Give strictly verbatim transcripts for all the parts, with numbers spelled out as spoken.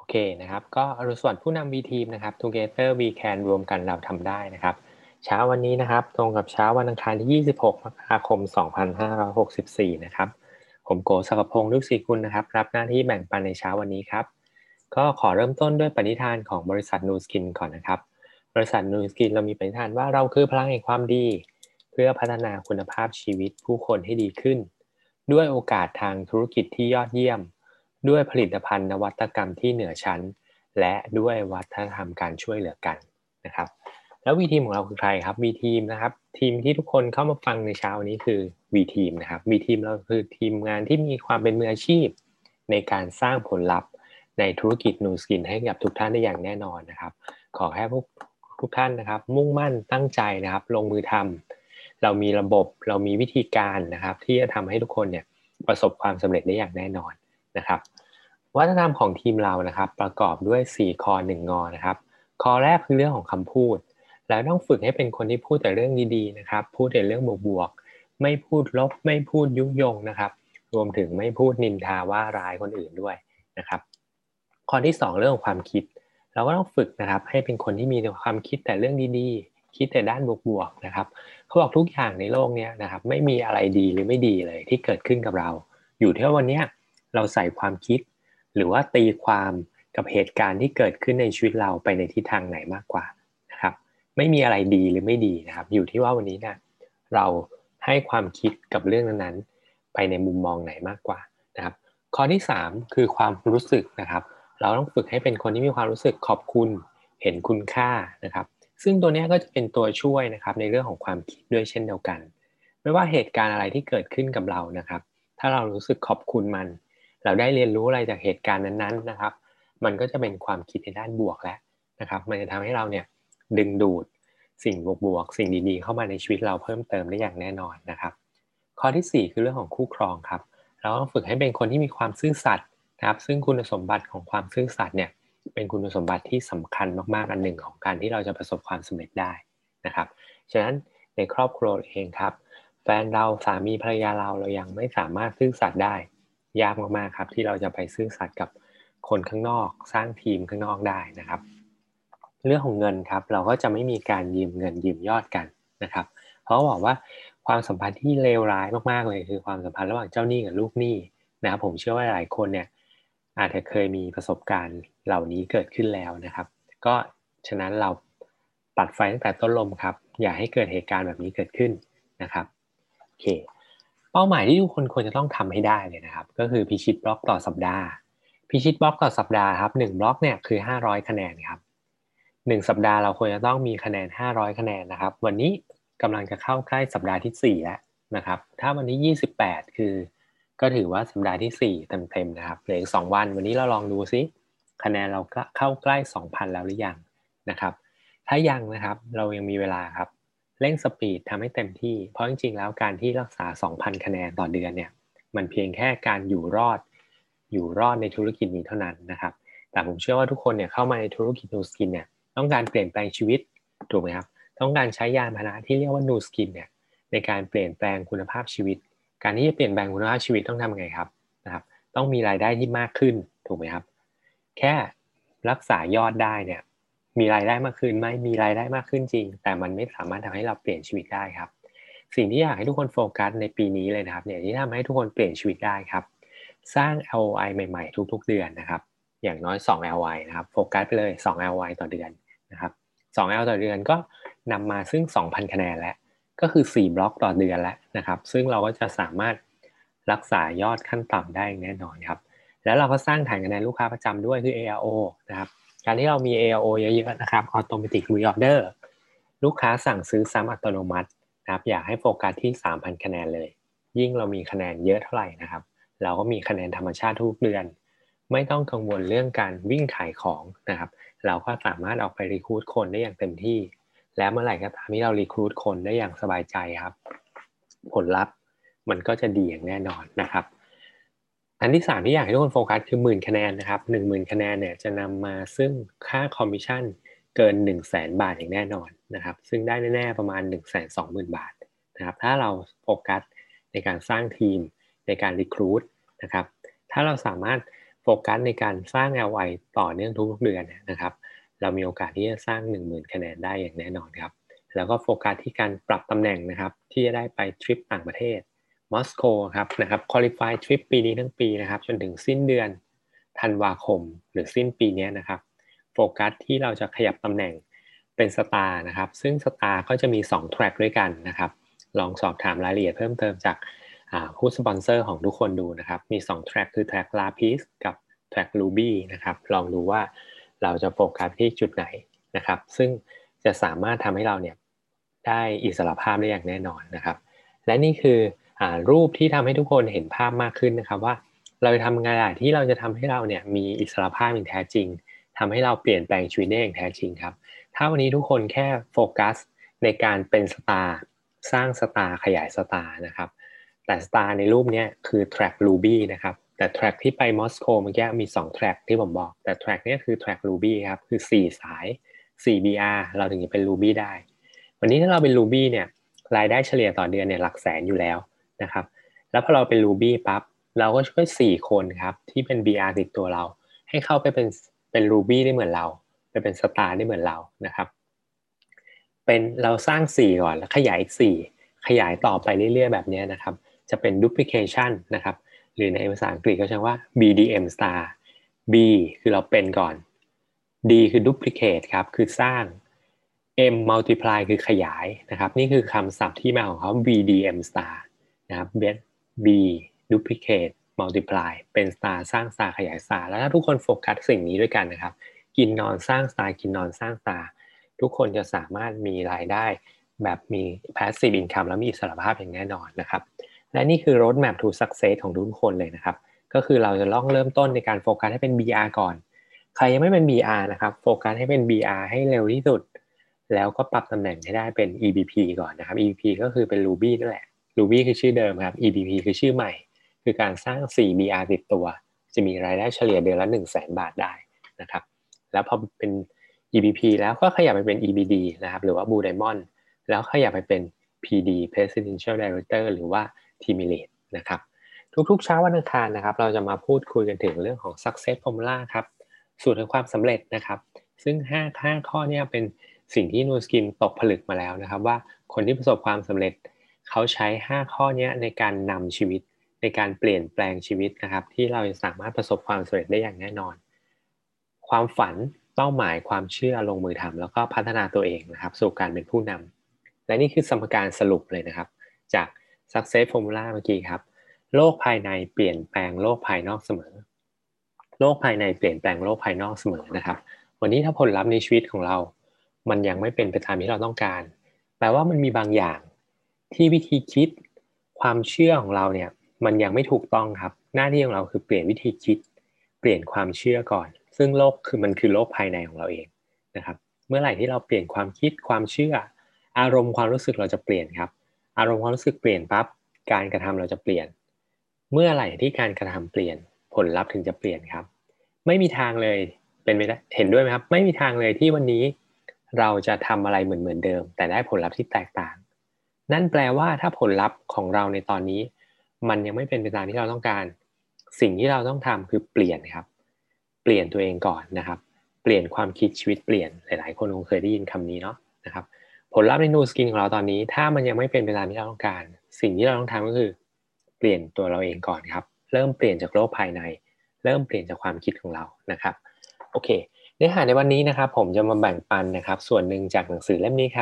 เคนะครับก็อรุณสวัสดิ์ผู้นำ V Team นะครับ Together We Can รวมกันเราทำได้นะครับเช้าวันนี้นะครับตรงกับเช้าวันอังคารที่ยี่สิบหกมกราคมสองพันห้าร้อยหกสิบสี่นะครับผมโกศักดิ์พงศ์ฤกษีกุลนะครับรับหน้าที่แบ่งปันในเช้าวันนี้ครับก็ขอเริ่มต้นด้วยปณิธานของบริษัท Nu Skin ก่อนนะครับบริษัท Nu Skin เรามีปณิธานว่าเราคือพลังแห่งความดีเพื่อพัฒนาคุณภาพชีวิตผู้คนให้ดีขึ้นด้วยโอกาสทางธุรกิจที่ยอดเยี่ยมด้วยผลิตภัณฑ์นวัตกรรมที่เหนือชั้น และด้วยวัฒนธรรมการช่วยเหลือกันนะครับแล้ว V Team ของเราคือใครครับ V Team นะครับทีมที่ทุกคนเข้ามาฟังในเช้านี้คือ V Team นะครับ V Team เราคือทีมงานที่มีความเป็นมืออาชีพในการสร้างผลลัพธ์ในธุรกิจ Nu Skin ให้กับทุกท่านได้อย่างแน่นอนนะครับขอแค่พวกทุกท่านนะครับมุ่งมั่นตั้งใจนะครับลงมือทำเรามีระบบเรามีวิธีการนะครับที่จะทำให้ทุกคนเนี่ยประสบความสำเร็จได้อย่างแน่นอนนะครับวัฒนธรรมของทีมเรานะครับประกอบด้วยสี่คอหนึ่งงอนะครับคอแรกคือเรื่องของคำพูดแล้วต้องฝึกให้เป็นคนที่พูดแต่เรื่องดีๆนะครับพูดแต่เรื่องบวกๆไม่พูดลบไม่พูดยุยงนะครับรวมถึงไม่พูดนินทาว่าร้ายคนอื่นด้วยนะครับข้อที่สองเรื่องของความคิดเราก็ต้องฝึกนะครับให้เป็นคนที่มีความคิดแต่เรื่องดีๆคิดแต่ด้านบวกๆนะครับเขาบอกทุกอย่างในโลกนี้นะครับไม่มีอะไรดีหรือไม่ดีเลยที่เกิดขึ้นกับเราอยู่ที่ว่าวันนี้เราใส่ความคิดหรือว่าตีความกับเหตุการณ์ที่เกิดขึ้นในชีวิตเราไปในทิศทางไหนมากกว่านะครับไม่มีอะไรดีหรือไม่ดีนะครับอยู่ที่ว่าวันนี้นะเราให้ความคิดกับเรื่องนั้นๆไปในมุมมองไหนมากกว่านะครับข้อที่สามคือความรู้สึกนะครับเราต้องฝึกให้เป็นคนที่มีความรู้สึกขอบคุณเห็นคุณค่านะครับซึ่งตัวนี้ก็จะเป็นตัวช่วยนะครับในเรื่องของความคิดด้วยเช่นเดียวกันไม่ว่าเหตุการณ์อะไรที่เกิดขึ้นกับเรานะครับถ้าเรารู้สึกขอบคุณมัน เราได้เรียนรู้อะไรจากเหตุการณ์นั้นๆนะครับมันก็จะเป็นความคิดในด้านบวกแล้วนะครับมันจะทำให้เราเนี่ยดึงดูดสิ่งบวกๆสิ่งดีๆเข้ามาในชีวิตเราเพิ่มเติมได้อย่างแน่นอนนะครับข้อที่สี่คือเรื่องของคู่ครองครับเราต้องฝึกให้เป็นคนที่มีความซื่อสัตย์นะครับซึ่งคุณสมบัติของความซื่อสัตย์เนี่ยเป็นคุณสมบัติที่สำคัญมากๆอันหนึ่งของการที่เราจะประสบความสำเร็จได้นะครับฉะนั้นในครอบครัวเองครับแฟนเราสามีภรรยาเราเรายังไม่สามารถซื่อสัตย์ได้ ยากมากๆครับที่เราจะไปซื่อสัตย์กับคนข้างนอกสร้างทีมข้างนอกได้นะครับเรื่องของเงินครับเราก็จะไม่มีการยืมเงินยืมยอดกันนะครับเพราะบอกว่าความสัมพันธ์ที่เลวร้ายมากๆเลยคือความสัมพันธ์ระหว่างเจ้าหนี้กับลูกหนี้นะครับผมเชื่อว่าหลายคนเนี่ยอาจจะเคยมีประสบการณ์เหล่านี้เกิดขึ้นแล้วนะครับก็ฉะนั้นเราตัดไฟตั้งแต่ต้นลมครับอย่าให้เกิดเหตุการณ์แบบนี้เกิดขึ้นนะครับโอเค เป้าหมายที่ทุกคนควรจะต้องทำให้ได้เลยนะครับก็คือพิชิตบล็อกต่อสัปดาห์พิชิตบล็อกต่อสัปดาห์ครับหนึ่งบล็อกเนี่ยคือห้าร้อยคะแนนครับหนึ่งสัปดาห์เราควรจะต้องมีคะแนนห้าร้อยคะแนนนะครับวันนี้กำลังจะเข้าใกล้สัปดาห์ที่สี่แล้วนะครับถ้าวันที่ยี่สิบแปดคือก็ถือว่าสัปดาห์ที่สี่เต็มๆนะครับเหลืออีกสองวันวันนี้เราลองดูซิคะแนนเราเข้าใกล้สองพันแล้วหรือยังนะครับถ้ายังนะครับเรายังมีเวลาครับ เร่งสปีดทำให้เต็มที่เพราะจริงๆแล้วการที่รักษา สองพัน คะแนนต่อเดือนเนี่ยมันเพียงแค่การอยู่รอดอยู่รอดในธุรกิจนี้เท่านั้นนะครับแต่ผมเชื่อว่าทุกคนเนี่ยเข้ามาในธุรกิจ Nu Skin เนี่ยต้องการเปลี่ยนแปลงชีวิตถูกไหมครับต้องการใช้ยานพาหนะที่เรียกว่า Nu Skin เนี่ยในการเปลี่ยนแปลงคุณภาพชีวิตการที่จะเปลี่ยนแปลงคุณภาพชีวิตต้องทำไงครับนะครับต้องมีรายได้ที่มากขึ้นถูกไหมครับแค่รักษายอดได้เนี่ย มีรายได้มากขึ้นไหมมีรายได้มากขึ้นจริงแต่มันไม่สามารถทำให้เราเปลี่ยนชีวิตได้ครับสิ่งที่อยากให้ทุกคนโฟกัสในปีนี้เลยนะครับเนี่ยที่ทำให้ทุกคนเปลี่ยนชีวิตได้ครับสร้าง แอล โอ ไอ ใหม่ๆทุกๆเดือนนะครับอย่างน้อยสอง แอล โอ ไอ นะครับโฟกัสไปเลยสอง แอล โอ ไอ ต่อเดือนนะครับสอง L ต่อเดือนก็นำมาซึ่ง สองพัน คะแนนแล้วก็คือสี่บล็อกต่อเดือนแล้วนะครับซึ่งเราก็จะสามารถรักษายอดขั้นต่ำได้แน่นอนครับแล้วเราก็สร้างฐานคะแนนลูกค้าประจำด้วยคือ เอ อาร์ โอ นะครับ การที่เรามี เอ อาร์ โอ เยอะๆนะครับ Automatic Reorder ลูกค้าสั่งซื้อซ้ำอัตโนมัตินะครับอยากให้โฟกัสที่ สามพัน คะแนนเลยยิ่งเรามีคะแนนเยอะเท่าไหร่นะครับเราก็มีคะแนนธรรมชาติทุกเดือนไม่ต้องกังวลเรื่องการวิ่งขายของนะครับเราก็สามารถออกไปรีคูดคนได้อย่างเต็มที่และเมื่อไหร่ก็ตามที่เรารีคูดคนได้อย่างสบายใจครับผลลัพธ์มันก็จะดีอย่างแน่นอนนะครับ อันที่สามที่อยากให้ทุกคนโฟกัสคือหมื่นคะแนนนะครับหนึ่งหมื่นคะแนนเนี่ยจะนำมาซึ่งค่าคอมมิชชั่นเกินหนึ่งแสนบาทอย่างแน่นอนนะครับซึ่งได้แน่ๆประมาณหนึ่งแสนสองหมื่นบาทนะครับถ้าเราโฟกัสในการสร้างทีมในการรีครูทนะครับถ้าเราสามารถโฟกัสในการสร้าง แอล ไอ ต่อเนื่องทุกๆเดือนนะครับเรามีโอกาสที่จะสร้าง หนึ่งหมื่น คะแนนได้อย่างแน่นอนครับแล้วก็โฟกัสที่การปรับตำแหน่งนะครับที่จะได้ไปทริปต่างประเทศมอสโกครับนะครับคอลิฟายทริปปีนี้ทั้งปีนะครับจนถึงสิ้นเดือนธันวาคมหรือสิ้นปีนี้นะครับโฟกัสที่เราจะขยับตำแหน่งเป็นสตาร์นะครับซึ่งสตาร์ก็จะมีสองแทร็กด้วยกันนะครับลองสอบถามรายละเอียดเพิ่มเติมจากผู้สปอนเซอร์ของทุกคนดูนะครับมีสองแทร็กคือแทร็ก Lapis กับแทร็ก Ruby นะครับลองดูว่าเราจะโฟกัสที่จุดไหนนะครับซึ่งจะสามารถทำให้เราเนี่ยได้อิสรภาพได้อย่างแน่นอนนะครับและนี่คืออรูปที่ทำให้ทุกคนเห็นภาพมากขึ้นนะครับว่าเราจะทำไงล่ะที่เราจะทำให้เราเนี่ยมีอิสรภาพอย่างแท้จริงทำให้เราเปลี่ยนแปลงชีวิตได้อย่างแท้จริงครับถ้าวันนี้ทุกคนแค่โฟกัสในการเป็นสตาร์สร้างสตาร์ขยายสตาร์นะครับแต่สตาร์ในรูปนี้คือแทร็ก Ruby นะครับแต่แทร็กที่ไปมอสโกเมื่อกี้มีสองแทร็กที่ผมบอกแต่แทร็กนี้คือแทร็ก Ruby ครับคือสี่สายสี่ บี อาร์ เราถึงจะเป็น Ruby ได้วันนี้ถ้าเราเป็น Ruby เนี่ยรายได้เฉลี่ยต่อเดือนเนี่ยหลักแสนอยู่แล้วนะครับแล้วพอเราเป็น Ruby ปั๊บเราก็ช่วยสี่คนครับที่เป็น บี อาร์ ติดตัวเราให้เข้าไปเป็นเป็น Ruby ได้เหมือนเราไปเป็นสตาร์ได้เหมือนเรานะครับเป็นเราสร้างสี่ก่อนแล้วขยายอีกสี่ขยายต่อไปเรื่อยๆแบบนี้นะครับจะเป็น duplication นะครับหรือในภาษาอังกฤษก็ใช้ว่า บี ดี เอ็ม star B คือเราเป็นก่อน D คือ duplicate ครับคือสร้าง M multiply คือขยายนะครับนี่คือคำศัพท์ที่มาของเขา บี ดี เอ็ม star นะครับ B duplicate multiply เป็น star สร้าง star ขยาย star แล้วถ้าทุกคนโฟกัสสิ่งนี้ด้วยกันนะครับกินนอนสร้าง star กินนอนสร้าง star ทุกคนจะสามารถมีรายได้แบบมี passive income แล้วมีอิสรภาพอย่างแน่นอนนะครับและนี่คือ road map to success ของทุกคนเลยนะครับก็คือเราจะต้องเริ่มต้นในการโฟกัสให้เป็น บี อาร์ ก่อนใครยังไม่เป็น บี อาร์ นะครับโฟกัสให้เป็น บี อาร์ ให้เร็วที่สุดแล้วก็ปรับตำแหน่งให้ได้เป็น อี บี พี ก่อนนะครับ อี บี พี ก็คือเป็น Ruby นั่นแหละ Ruby คือชื่อเดิมครับ อี บี พี คือชื่อใหม่คือการสร้างสี่ บี อาร์ ติดตัวจะมีรายได้เฉลี่ยเดือนละ หนึ่งแสน บาทได้นะครับแล้วพอเป็น อี บี พี แล้วก็ขยับไปเป็น อี บี ดี นะครับหรือว่า Blue Diamond แล้วขยับไปเป็น พี ดี Presidential Director หรือว่า Team Lead นะครับทุกๆเช้าวันอังคารนะครับเราจะมาพูดคุยกันถึงเรื่องของ Success Formula ครับสูตรแห่งความสำเร็จนะครับซึ่งห้า ห้าข้อนี้เป็นสิ่งที่ Nu Skin ตกผลึกมาแล้วนะครับว่าคนที่ประสบความสำเร็จเขาใช้ห้าข้อนี้ในการนำชีวิตในการเปลี่ยนแปลงชีวิตนะครับที่เราจะสามารถประสบความสำเร็จได้อย่างแน่นอนความฝันเป้าหมายความเชื่อลงมือทำแล้วก็พัฒนาตัวเองนะครับสู่การเป็นผู้นำและนี่คือสมการสรุปเลยนะครับจาก Success Formula เมื่อกี้ครับโลกภายในเปลี่ยนแปลงโลกภายนอกเสมอโลกภายในเปลี่ยนแปลงโลกภายนอกเสมอนะครับวันนี้ถ้าผลลัพธ์ในชีวิตของเรามันยังไม่เป็นไปตามที่เราต้องการแปลว่ามันมีบางอย่างที่วิธีคิดความเชื่อของเราเนี่ยมันยังไม่ถูกต้องครับหน้าที่ของเราคือเปลี่ยนวิธีคิดเปลี่ยนความเชื่อก่อนซึ่งโลกคือมันคือโลกภายในของเราเองนะครับเมื่อไหร่ที่เราเปลี่ยนความคิดความเชื่ออารมณ์ความรู้สึกเราจะเปลี่ยนครับอารมณ์ความรู้สึกเปลี่ยนปั๊บการกระทำเราจะเปลี่ยนเมื่อไหร่ที่การกระทำเปลี่ยนผลลัพธ์ถึงจะเปลี่ยนครับไม่มีทางเลยเป็นไปได้เห็นด้วยไหมครับไม่มีทางเลยที่วันนี้เราจะทำอะไรเหมือนเหมือนเดิมแต่ได้ผลลัพธ์ที่แตกต่างนั่นแปลว่าถ้าผลลัพธ์ของเราในตอนนี้มันยังไม่เป็นไปตามที่เราต้องการสิ่งที่เราต้องทำคือเปลี่ยนครับเปลี่ยนตัวเองก่อนนะครับเปลี่ยนความคิดชีวิตเปลี่ยนหลายๆคนคงเคยได้ยินคำนี้เนาะนะครับผลลัพธ์ใน Nu Skin ของเราตอนนี้ถ้ามันยังไม่เป็นไปตามที่เราต้องการสิ่งที่เราต้องทำก็คือเปลี่ยนตัวเราเองก่อนครับเริ่มเปลี่ยนจากโลกภายในเริ่มเปลี่ยนจากความคิดของเรานะครับโอเคเนื้อหาในวันนี้นะครับผมจะมาแบ่งปันนะครับส่วนหนึ่งจากหนังสือเล่มนี้ครับ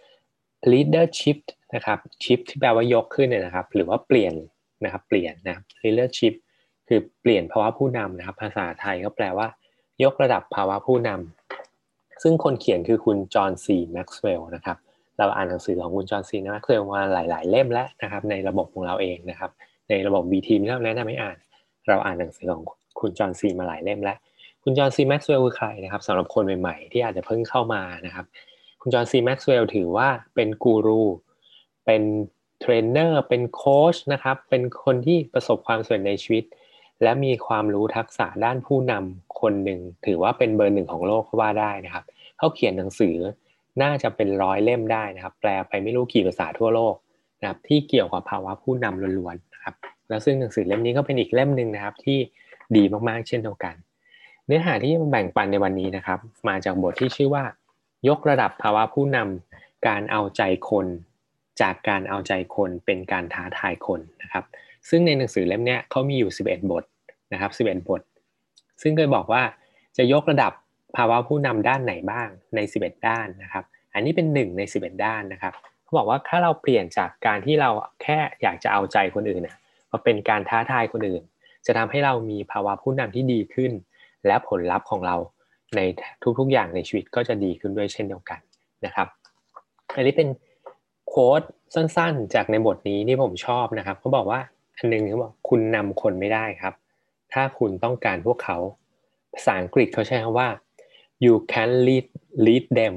leadership นะครับ shift ที่แปลว่ายกขึ้นเนี่ยนะครับหรือว่าเปลี่ยนนะครับเปลี่ยนนะ leadership คือเปลี่ยนภาวะผู้นำนะครับภาษาไทยก็แปลว่ายกระดับภาวะผู้นำซึ่งคนเขียนคือคุณจอห์นซีแม็กซ์เวลล์นะครับเราอ่านหนังสือของคุณจอห์นซีแม็กซ์เวลล์มาหลายๆเล่มแล้วนะครับในระบบของเราเองนะครับในระบบ B Team ที่เราแนะนำให้อ่านเราอ่านหนังสือของคุณจอห์นซีมาหลายเล่มแล้วคุณจอห์นซีแม็กซ์เวลล์คือใครนะครับสำหรับคนใหม่ๆที่อาจจะเพิ่งเข้ามานะครับคุณจอห์นซีแม็กซ์เวลล์ถือว่าเป็นกูรูเป็นเทรนเนอร์เป็นโค้ชนะครับเป็นคนที่ประสบความสำเร็จในชีวิตและมีความรู้ทักษะด้านผู้นำคนหนึ่งถือว่าเป็นเบอร์หนึ่งของโลกก็ว่าได้นะครับเขาเขียนหนังสือน่าจะเป็นร้อยเล่มได้นะครับแปลไปไม่รู้กี่ภาษาทั่วโลกนะครับที่เกี่ยวกับภาวะผู้นำล้วนๆนะครับแล้วซึ่งหนังสือเล่มนี้ก็เป็นอีกเล่มหนึ่งนะครับที่ดีมากๆเช่นเดียวกันเนื้อหาที่จะมาแบ่งปันในวันนี้นะครับมาจากบทที่ชื่อว่ายกระดับภาวะผู้นำการเอาใจคนจากการเอาใจคนเป็นการท้าทายคนนะครับซึ่งในหนังสือเล่มนี้เขามีอยู่สิบเอ็ดบทนะครับสิบเอ็ดบทซึ่งโดยบอกว่าจะยกระดับภาวะผู้นำด้านไหนบ้างในสิบเอ็ดด้านนะครับอันนี้เป็นหนึ่งในสิบเอ็ดด้านนะครับเขาบอกว่าถ้าเราเปลี่ยนจากการที่เราแค่อยากจะเอาใจคนอื่นนะมาเป็นการท้าทายคนอื่นจะทำให้เรามีภาวะผู้นำที่ดีขึ้นและผลลัพธ์ของเราในทุกๆอย่างในชีวิตก็จะดีขึ้นด้วยเช่นเดียวกันนะครับอันนี้เป็นโค้ดสั้นๆจากในบทนี้ที่ผมชอบนะครับเขาบอกว่าอันนึงเขาบอกคุณนำคนไม่ได้ครับถ้าคุณต้องการพวกเขาภาษาอังกฤษเขาใช้คำว่า you can lead lead them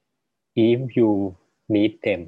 if you need them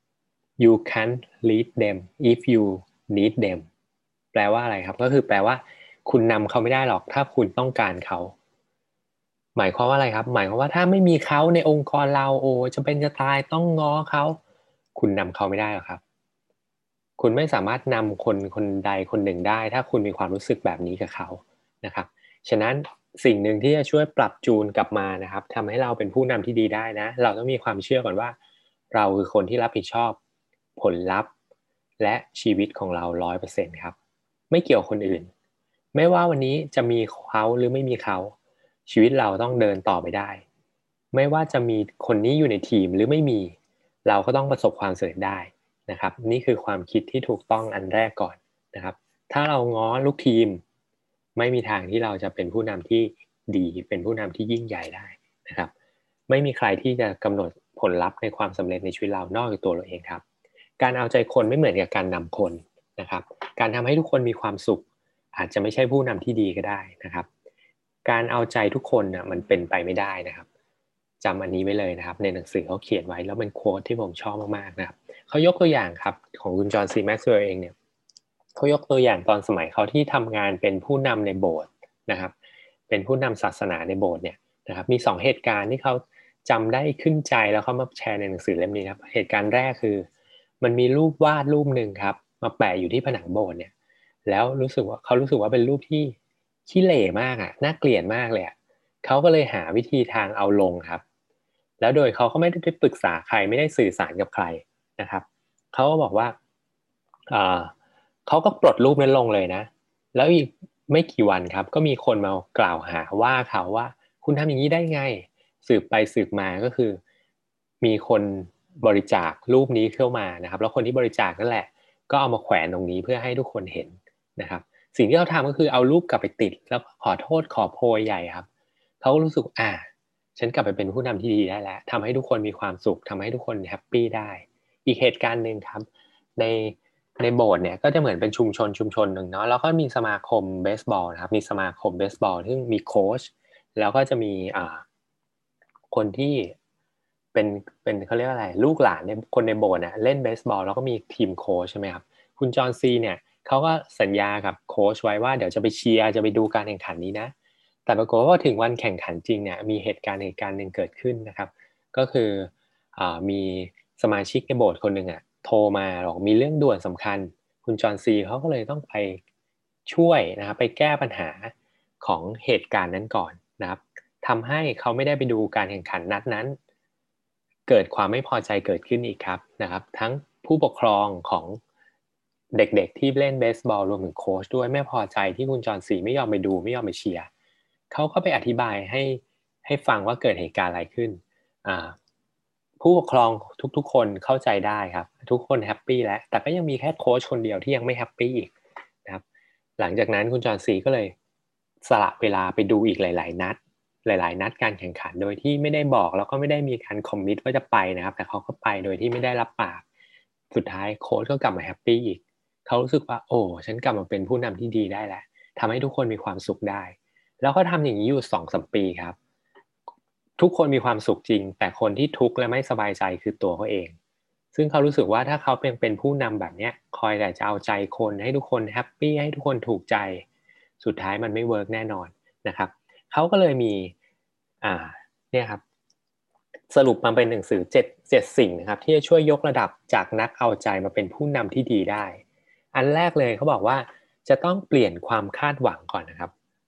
you can lead them if you need them แปลว่าอะไรครับก็คือแปลว่าคุณนำเขาไม่ได้หรอกถ้าคุณต้องการเขาหมายความว่าอะไรครับหมายความว่าถ้าไม่มีเขาในองค์กรเราโอ้จะเป็นจะตายต้องง้อเขาคุณนำเขาไม่ได้หรอกครับคุณไม่สามารถนำคนคนใดคนหนึ่งได้ถ้าคุณมีความรู้สึกแบบนี้กับเขานะครับฉะนั้นสิ่งหนึ่งที่จะช่วยปรับจูนกลับมานะครับทำให้เราเป็นผู้นำที่ดีได้นะเราต้องมีความเชื่อก่อนว่าเราคือคนที่รับผิดชอบผลลัพธ์และชีวิตของเรา ร้อยเปอร์เซ็นต์ ครับไม่เกี่ยวคนอื่นไม่ว่าวันนี้จะมีเขาหรือไม่มีเขาชีวิตเราต้องเดินต่อไปได้ไม่ว่าจะมีคนนี้อยู่ในทีมหรือไม่มีเราก็ต้องประสบความสำเร็จได้นะครับนี่คือความคิดที่ถูกต้องอันแรกก่อนนะครับถ้าเราง้อลูกทีมไม่มีทางที่เราจะเป็นผู้นำที่ดีเป็นผู้นำที่ยิ่งใหญ่ได้นะครับไม่มีใครที่จะกำหนดผลลัพธ์ในความสำเร็จในชีวิตเรานอกจากตัวเราเองครับการเอาใจคนไม่เหมือนกับการนำคนนะครับการทำให้ทุกคนมีความสุขอาจจะไม่ใช่ผู้นำที่ดีก็ได้นะครับการเอาใจทุกคนนะมันเป็นไปไม่ได้นะครับจำอันนี้ไว้เลยนะครับในหนังสือเขาเขียนไว้แล้วเป็นโค้ดที่ผมชอบมากๆนะครับเขายกตัวอย่างครับของคุณจอห์นซีแม็กซ์เวลล์เองเนี่ยเขายกตัวอย่างตอนสมัยเขาที่ทำงานเป็นผู้นำในโบสถ์นะครับเป็นผู้นำศาสนาในโบสถ์เนี่ยนะครับมีสองเหตุการณ์ที่เขาจำได้ขึ้นใจแล้วเขามาแชร์ในหนังสือเล่มนี้ครับเหตุการณ์แรกคือมันมีรูปวาดรูปหนึ่งครับมาแปะอยู่ที่ผนังโบสถ์เนี่ยแล้วรู้สึกว่าเขารู้สึกว่าเป็นรูปที่ขี้เหร่มากอ่ะน่าเกลียดมากเลยอ่ะเขาก็เลยหาวิธีทางเอาลงครับแล้วโดยเขาก็ไม่ได้ปรึกษาใครไม่ได้สื่อสารกับใครนะครับเขาก็บอกว่าเขาก็ปลดรูปนั้นลงเลยนะแล้วอีกไม่กี่วันครับก็มีคนมากล่าวหาว่าเขาว่าคุณทำอย่างนี้ได้ไงสืบไปสืบมาก็คือมีคนบริจาครูปนี้เข้ามานะครับแล้วคนที่บริจาคนั่นแหละก็เอามาแขวนตรงนี้เพื่อให้ทุกคนเห็นนะครับสิ่งที่เขาทำก็คือเอารูปกลับไปติดแล้วขอโทษขอโพยใหญ่ครับเขารู้สึกอ่าฉันกลับไปเป็นผู้นำที่ดีได้แล้วทำให้ทุกคนมีความสุขทำให้ทุกคนแฮปปี้ได้อีกเหตุการณ์หนึ่งครับในในโบสถ์เนี่ยก็จะเหมือนเป็นชุมชนชุมชนหนึ่งเนาะแล้วก็มีสมาคมเบสบอลนะครับมีสมาคมเบสบอลซึ่งมีโค้ชแล้วก็จะมีอ่าคนที่เป็นเป็นเขาเรียกว่าอะไรลูกหลานเนี่ยคนในโบสถ์เนี่ยเล่นเบสบอลแล้วก็มีทีมโค้ชใช่ไหมครับคุณจอห์นซีเนี่ยเขาก็สัญญากับโค้ชไว้ว่าเดี๋ยวจะไปเชียร์จะไปดูการแข่งขันนี้นะแต่ปรากฏว่าถึงวันแข่งขันจริงเนี่ยมีเหตุการณ์เหตุการณ์หนึ่งเกิดขึ้นนะครับก็คืออ่ามีสมาชิกในโบสถ์คนหนึ่งอ่ะโทรมาบอกมีเรื่องด่วนสำคัญคุณจอห์นซีเขาก็เลยต้องไปช่วยนะครับไปแก้ปัญหาของเหตุการณ์นั้นก่อนนะครับทำให้เขาไม่ได้ไปดูการแข่งขันนัดนั้นเกิดความไม่พอใจเกิดขึ้นอีกครับนะครับทั้งผู้ปกครองของเด็กๆที่เล่นเบสบอลรวมถึงโค้ชด้วยไม่พอใจที่คุณจอห์นซีไม่ยอมไปดูไม่ยอมไปเชียร์เขาก็ไปอธิบายให้ให้ฟังว่าเกิดเหตุการณ์อะไรขึ้นอ่าผู้ปกครองทุกๆคนเข้าใจได้ครับทุกคนแฮปปี้แล้วแต่ก็ยังมีแค่โค้ชคนเดียวที่ยังไม่แฮปปี้อีกนะครับหลังจากนั้นคุณจอห์นซีก็เลยสละเวลาไปดูอีกหลายๆนัดหลายๆนัดการแข่งขันโดยที่ไม่ได้บอกแล้วก็ไม่ได้มีการคอมมิตว่าจะไปนะครับแต่เขาก็ไปโดยที่ไม่ได้รับปากสุดท้ายโค้ชก็กลับมาแฮปปี้อีกเขารู้สึกว่าโอ้ฉันกลับมาเป็นผู้นำที่ดีได้แล้วทำให้ทุกคนมีความสุขได้แล้วก็ทำอย่างนี้อยู่ สองถึงสาม ปีครับทุกคนมีความสุขจริงแต่คนที่ทุกข์และไม่สบายใจคือตัวเขาเองซึ่งเขารู้สึกว่าถ้าเขาเป็นเป็นผู้นำแบบนี้คอยแต่จะเอาใจคนให้ทุกคนแฮปปี้ให้ทุกคนถูกใจสุดท้ายมันไม่เวิร์กแน่นอนนะครับเขาก็เลยมีอ่าเนี่ยครับสรุปมาเป็นหนังสือเจ็ด เจ็ดสิ่งนะครับที่จะช่วยยกระดับจากนักเอาใจมาเป็นผู้นำที่ดีได้อันแรกเลยเขาบอกว่าจะต้องเปลี่ยนความคาดหวังก่อนนะครับ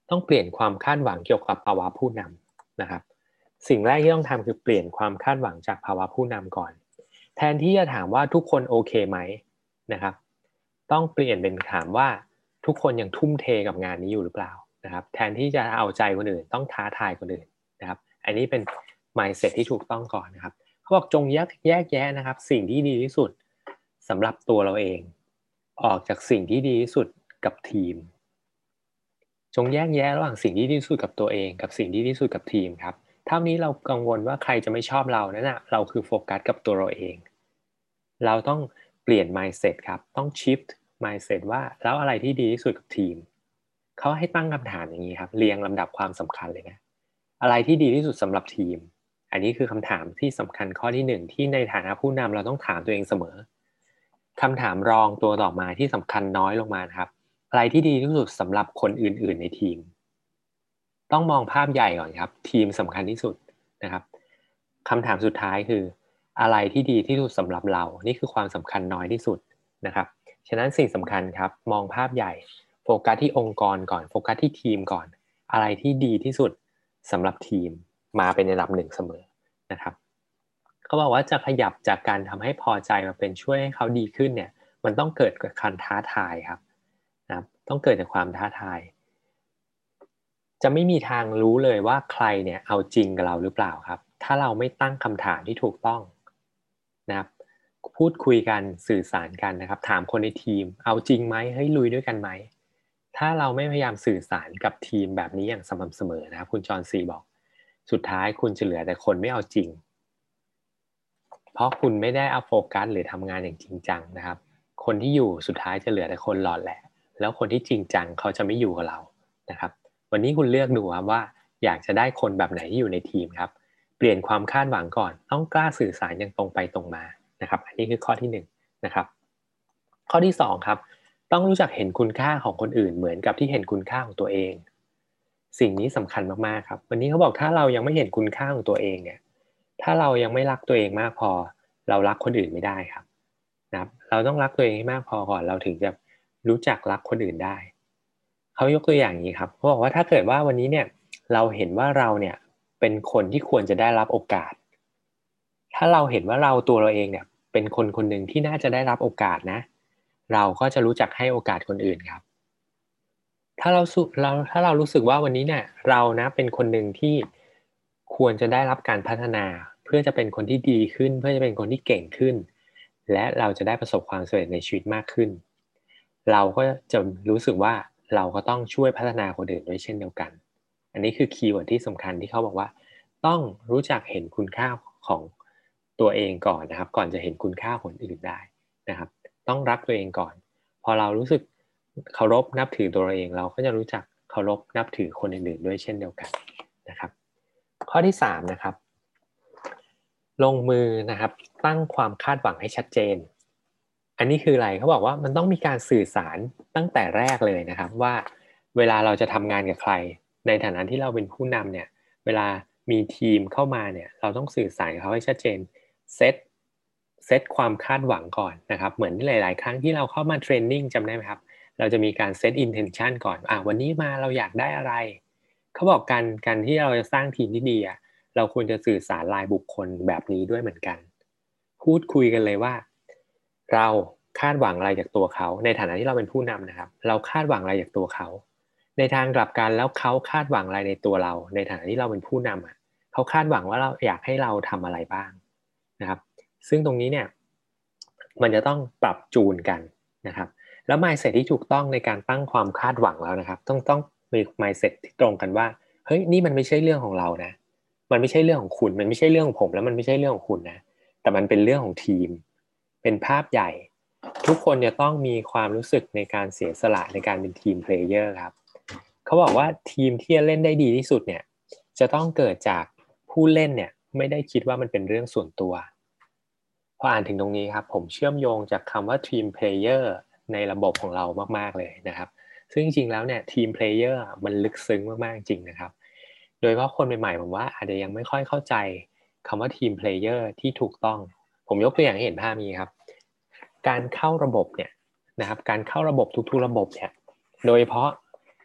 ต้องเปลี่ยนความคาดหวังเกี่ยวกับภาวะผู้นำนะครับสิ่งแรกที่ต้องทำคือเปลี่ยนความคาดหวังจากภาวะผู้นำก่อนแทนที่จะถามว่าทุกคนโอเคไหมนะครับต้องเปลี่ยนเป็นถามว่าทุกคนยังทุ่มเทกับงานนี้อยู่หรือเปล่านะครับแทนที่จะเอาใจคนอื่นต้องท้าทายคนอื่นนะครับอันนี้เป็น mindset ที่ถูกต้องก่อนนะครับเขาบอกจงแยกแยกแยะนะครับสิ่งที่ดีที่สุดสำหรับตัวเราเองออกจากสิ่งที่ดีที่สุดกับทีมจงแยกแยะระหว่างสิ่งที่ดีที่สุดกับตัวเองกับสิ่งที่ดีที่สุดกับทีมครับถ้านี้เรากังวลว่าใครจะไม่ชอบเรานั่นนะเราคือโฟกัสกับตัวเราเองเราต้องเปลี่ยน mindset ครับต้อง shift mindset ว่าแล้วอะไรที่ดีที่สุดกับทีมเขาให้ตั้งคำถามอย่างนี้ครับเรียงลำดับความสำคัญเลยนะอะไรที่ดีที่สุดสำหรับทีมอันนี้คือคำถามที่สำคัญข้อที่หนึ่งที่ในฐานะผู้นำเราต้องถามตัวเองเสมอคำถามรองตัวต่อมาที่สำคัญน้อยลงมานะครับอะไรที่ดีที่สุดสำหรับคนอื่นๆในทีมต้องมองภาพใหญ่ก่อนครับทีมสำคัญที่สุดนะครับคำถามสุดท้ายคืออะไรที่ดีที่สุดสำหรับเรานี่คือความสำคัญน้อยที่สุดนะครับฉะนั้นสิ่งสำคัญครับมองภาพใหญ่โฟกัสที่องค์กรก่อนโฟกัสที่ทีมก่อนอะไรที่ดีที่สุดสำหรับทีมมาเป็นในระดับหนึ่งเสมอนะครับเขาบอกว่าจะขยับจากการทำให้พอใจมาเป็นช่วยให้เขาดีขึ้นเนี่ยมันต้องเกิดจากการท้าทายครับนะครับต้องเกิดจากความท้าทายจะไม่มีทางรู้เลยว่าใครเนี่ยเอาจริงกับเราหรือเปล่าครับถ้าเราไม่ตั้งคำถามที่ถูกต้องนะครับพูดคุยกันสื่อสารกันนะครับถามคนในทีมเอาจริงไหมเฮ้ยลุยด้วยกันไหมถ้าเราไม่พยายามสื่อสารกับทีมแบบนี้อย่างสม่ำเสมอนะครับคุณจอห์นซีบอกสุดท้ายคุณจะเหลือแต่คนไม่เอาจริงเพราะคุณไม่ได้เอาโฟกัสหรือทำงานอย่างจริงจังนะครับคนที่อยู่สุดท้ายจะเหลือแต่คนหลอดแหละแล้วคนที่จริงจังเขาจะไม่อยู่กับเรานะครับวันนี้คุณเลือกดูครับว่าอยากจะได้คนแบบไหนที่อยู่ในทีมครับเปลี่ยนความคาดหวังก่อนต้องกล้าสื่อสารอย่างตรงไปตรงมานะครับอันนี้คือข้อที่หนึ่งนะครับข้อที่สองครับต้องรู้จักเห็นคุณค่าของคนอื่นเหมือนกับที่เห็นคุณค่าของตัวเองสิ่งนี้สำคัญมากๆครับวันนี้เขาบอกถ้าเรายังไม่เห็นคุณค่าของตัวเองเนี่ยถ้าเรายังไม่รักตัวเองมากพอเรารักคนอื่นไม่ได้ครับนะครับเราต้องรักตัวเองให้มากพอก่อนเราถึงจะรู้จักรักคนอื่นได้เขายกตัวอย่างนี้ครับเขาบอกว่าถ้าเกิดว่าวันนี้เนี่ยเราเห็นว่าเราเนี่ยเป็นคนที่ควรจะได้รับโอกาสถ้าเราเห็นว่าเราตัวเราเองเนี่ยเป็นคนคนหนึ่งที่น่าจะได้รับโอกาสนะเราก็จะรู้จักให้โอกาสคนอื่นครับถ้าเราสุเราถ้าเรารู้สึกว่าวันนี้เนี่ยเรานะเป็นคนหนึ่งที่ควรจะได้รับการพัฒนาเพื่อจะเป็นคนที่ดีขึ้นเพื่อจะเป็นคนที่เก่งขึ้นและเราจะได้ประสบความสำเร็จในชีวิตมากขึ้นเราก็จะรู้สึกว่าเราก็ต้องช่วยพัฒนาคนอื่นด้วยเช่นเดียวกันอันนี้คือคีย์เวิร์ดที่สำคัญที่เขาบอกว่าต้องรู้จักเห็นคุณค่าของตัวเองก่อนนะครับก่อนจะเห็นคุณค่าคนอื่นได้นะครับต้องรักตัวเองก่อนพอเรารู้สึกเคารพนับถือตัวเราเองเราก็จะรู้จักเคารพนับถือคนอื่นๆด้วยเช่นเดียวกันนะครับข้อที่สามนะครับลงมือนะครับตั้งความคาดหวังให้ชัดเจนอันนี้คืออะไรเขาบอกว่ามันต้องมีการสื่อสารตั้งแต่แรกเลยนะครับว่าเวลาเราจะทำงานกับใครในฐานะที่เราเป็นผู้นำเนี่ยเวลามีทีมเข้ามาเนี่ยเราต้องสื่อสารกับเขาให้ชัดเจนเซตเซตความคาดหวังก่อนนะครับเหมือนหลายๆครั้งที่เราเข้ามาเทรนนิ่งจำได้ไหมครับเราจะมีการเซตอินเทนชันก่อนอ่ะวันนี้มาเราอยากได้อะไรเขาบอกการการที่เราจะสร้างทีมที่ดีอ่ะเราควรจะสื่อสารรายบุคคลแบบนี้ด้วยเหมือนกันพูดคุยกันเลยว่าเราคาดหวังอะไรจากตัวเขาในฐานะที่เราเป็นผู้นำนะครับเราคาดหวังอะไรจากตัวเขาในทางกลับกันแล้วเขาคาดหวังอะไรในตัวเราในฐานะที่เราเป็นผู้นำอ่ะเขาคาดหวังว่าเราอยากให้เราทำอะไรบ้างนะครับซึ่งตรงนี้เนี่ยมันจะต้องปรับจูนกันนะครับแล้ว mindset ที่ถูกต้องในการตั้งความคาดหวังแล้วนะครับต้องต้องมี mindset ที่ตรงกันว่าเฮ้ยนี่มันไม่ใช่เรื่องของเรานะมันไม่ใช่เรื่องของคุณมันไม่ใช่เรื่องของผมแล้วมันไม่ใช่เรื่องของคุณนะแต่มันเป็นเรื่องของทีมเป็นภาพใหญ่ทุกคนจะต้องมีความรู้สึกในการเสียสละในการเป็นทีมเพลเยอร์ครับเขาบอกว่าทีมที่จะเล่นได้ดีที่สุดเนี่ยจะต้องเกิดจากผู้เล่นเนี่ยไม่ได้คิดว่ามันเป็นเรื่องส่วนตัวพออ่านถึงตรงนี้ครับผมเชื่อมโยงจากคำว่าทีมเพลเยอร์ในระบบของเรามากๆเลยนะครับซึ่งจริงๆแล้วเนี่ยทีมเพลเยอร์มันลึกซึ้งมากๆจริงนะครับโดยเฉพาะคนใหม่ๆผมว่าอาจจะยังไม่ค่อยเข้าใจคำว่าทีมเพลเยอร์ที่ถูกต้องผมยกตัวอย่างให้เห็นภาพนี้ครับการเข้าระบบเนี่ยนะครับการเข้าระบบทุกๆระบบเนี่ยโดยเฉพาะ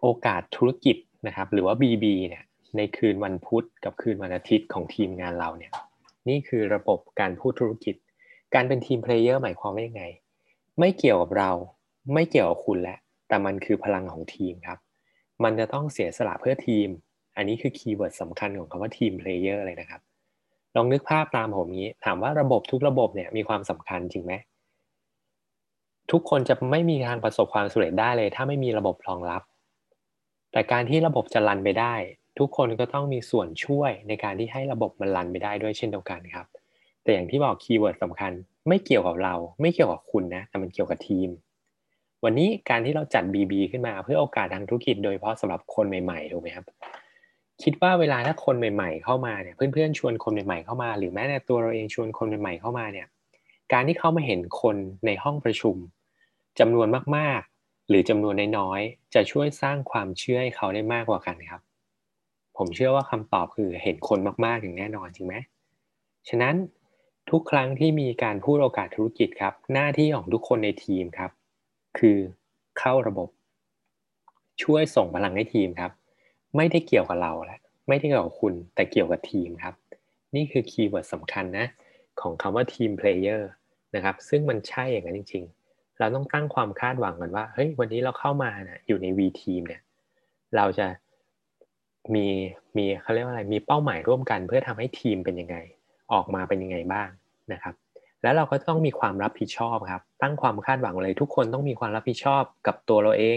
โอกาสธุรกิจนะครับหรือว่า บี บี เนี่ยในคืนวันพุธกับคืนวันอาทิตย์ของทีมงานเราเนี่ยนี่คือระบบการพูดธุรกิจการเป็นทีมเพลเยอร์หมายความว่ายังไงไม่เกี่ยวกับเราไม่เกี่ยวกับคุณแล้วแต่มันคือพลังของทีมครับมันจะต้องเสียสละเพื่อทีมอันนี้คือคีย์เวิร์ดสำคัญของคำว่าทีมเพลเยอร์เลยนะครับลองนึกภาพตามผมนี้ถามว่าระบบทุกระบบเนี่ยมีความสำคัญจริงไหมทุกคนจะไม่มีทางประสบความสำเร็จได้เลยถ้าไม่มีระบบรองรับแต่การที่ระบบจะรันไปได้ทุกคนก็ต้องมีส่วนช่วยในการที่ให้ระบบมันรันไปได้ด้วยเช่นเดียวกันครับแต่อย่างที่บอกคีย์เวิร์ดสำคัญไม่เกี่ยวกับเราไม่เกี่ยวกับคุณนะแต่มันเกี่ยวกับทีมวันนี้การที่เราจัด บี บี ขึ้นมาเพื่อโอกาสทางธุรกิจโดยเฉพาะสำหรับคนใหม่ๆถูกไหมครับคิดว่าเวลาถ้าคนใหม่ๆเข้ามาเนี่ยเพื่อนๆชวนคนใหม่ๆเข้ามาหรือแม้แต่ตัวเราเองชวนคนใหม่ๆเข้ามาเนี่ยการที่เขามาเห็นคนในห้องประชุมจำนวนมากๆหรือจำนวนน้อยๆจะช่วยสร้างความเชื่อให้เขาได้มากกว่ากันครับผมเชื่อว่าคำตอบคือเห็นคนมากๆอย่างแน่นอนจริงไหมฉะนั้นทุกครั้งที่มีการพูดโอกาสธุรกิจครับหน้าที่ของทุกคนในทีมครับคือเข้าระบบช่วยส่งพลังให้ทีมครับไม่ได้เกี่ยวกับเราและไม่ได้เกี่ยวกับคุณแต่เกี่ยวกับทีมครับนี่คือคีย์เวิร์ดสำคัญนะของคำว่าทีมเพลเยอร์นะครับซึ่งมันใช่อย่างนั้นจริงๆเราต้องตั้งความคาดหวังกันว่าเฮ้ยวันนี้เราเข้ามานะอยู่ใน V team เนี่ยเราจะมีมีเขาเรียกว่าอะไรมีเป้าหมายร่วมกันเพื่อทำให้ทีมเป็นยังไงออกมาเป็นยังไงบ้างนะครับแล้วเราก็ต้องมีความรับผิดชอบครับตั้งความคาดหวังเลยทุกคนต้องมีความรับผิดชอบกับตัวเราเอง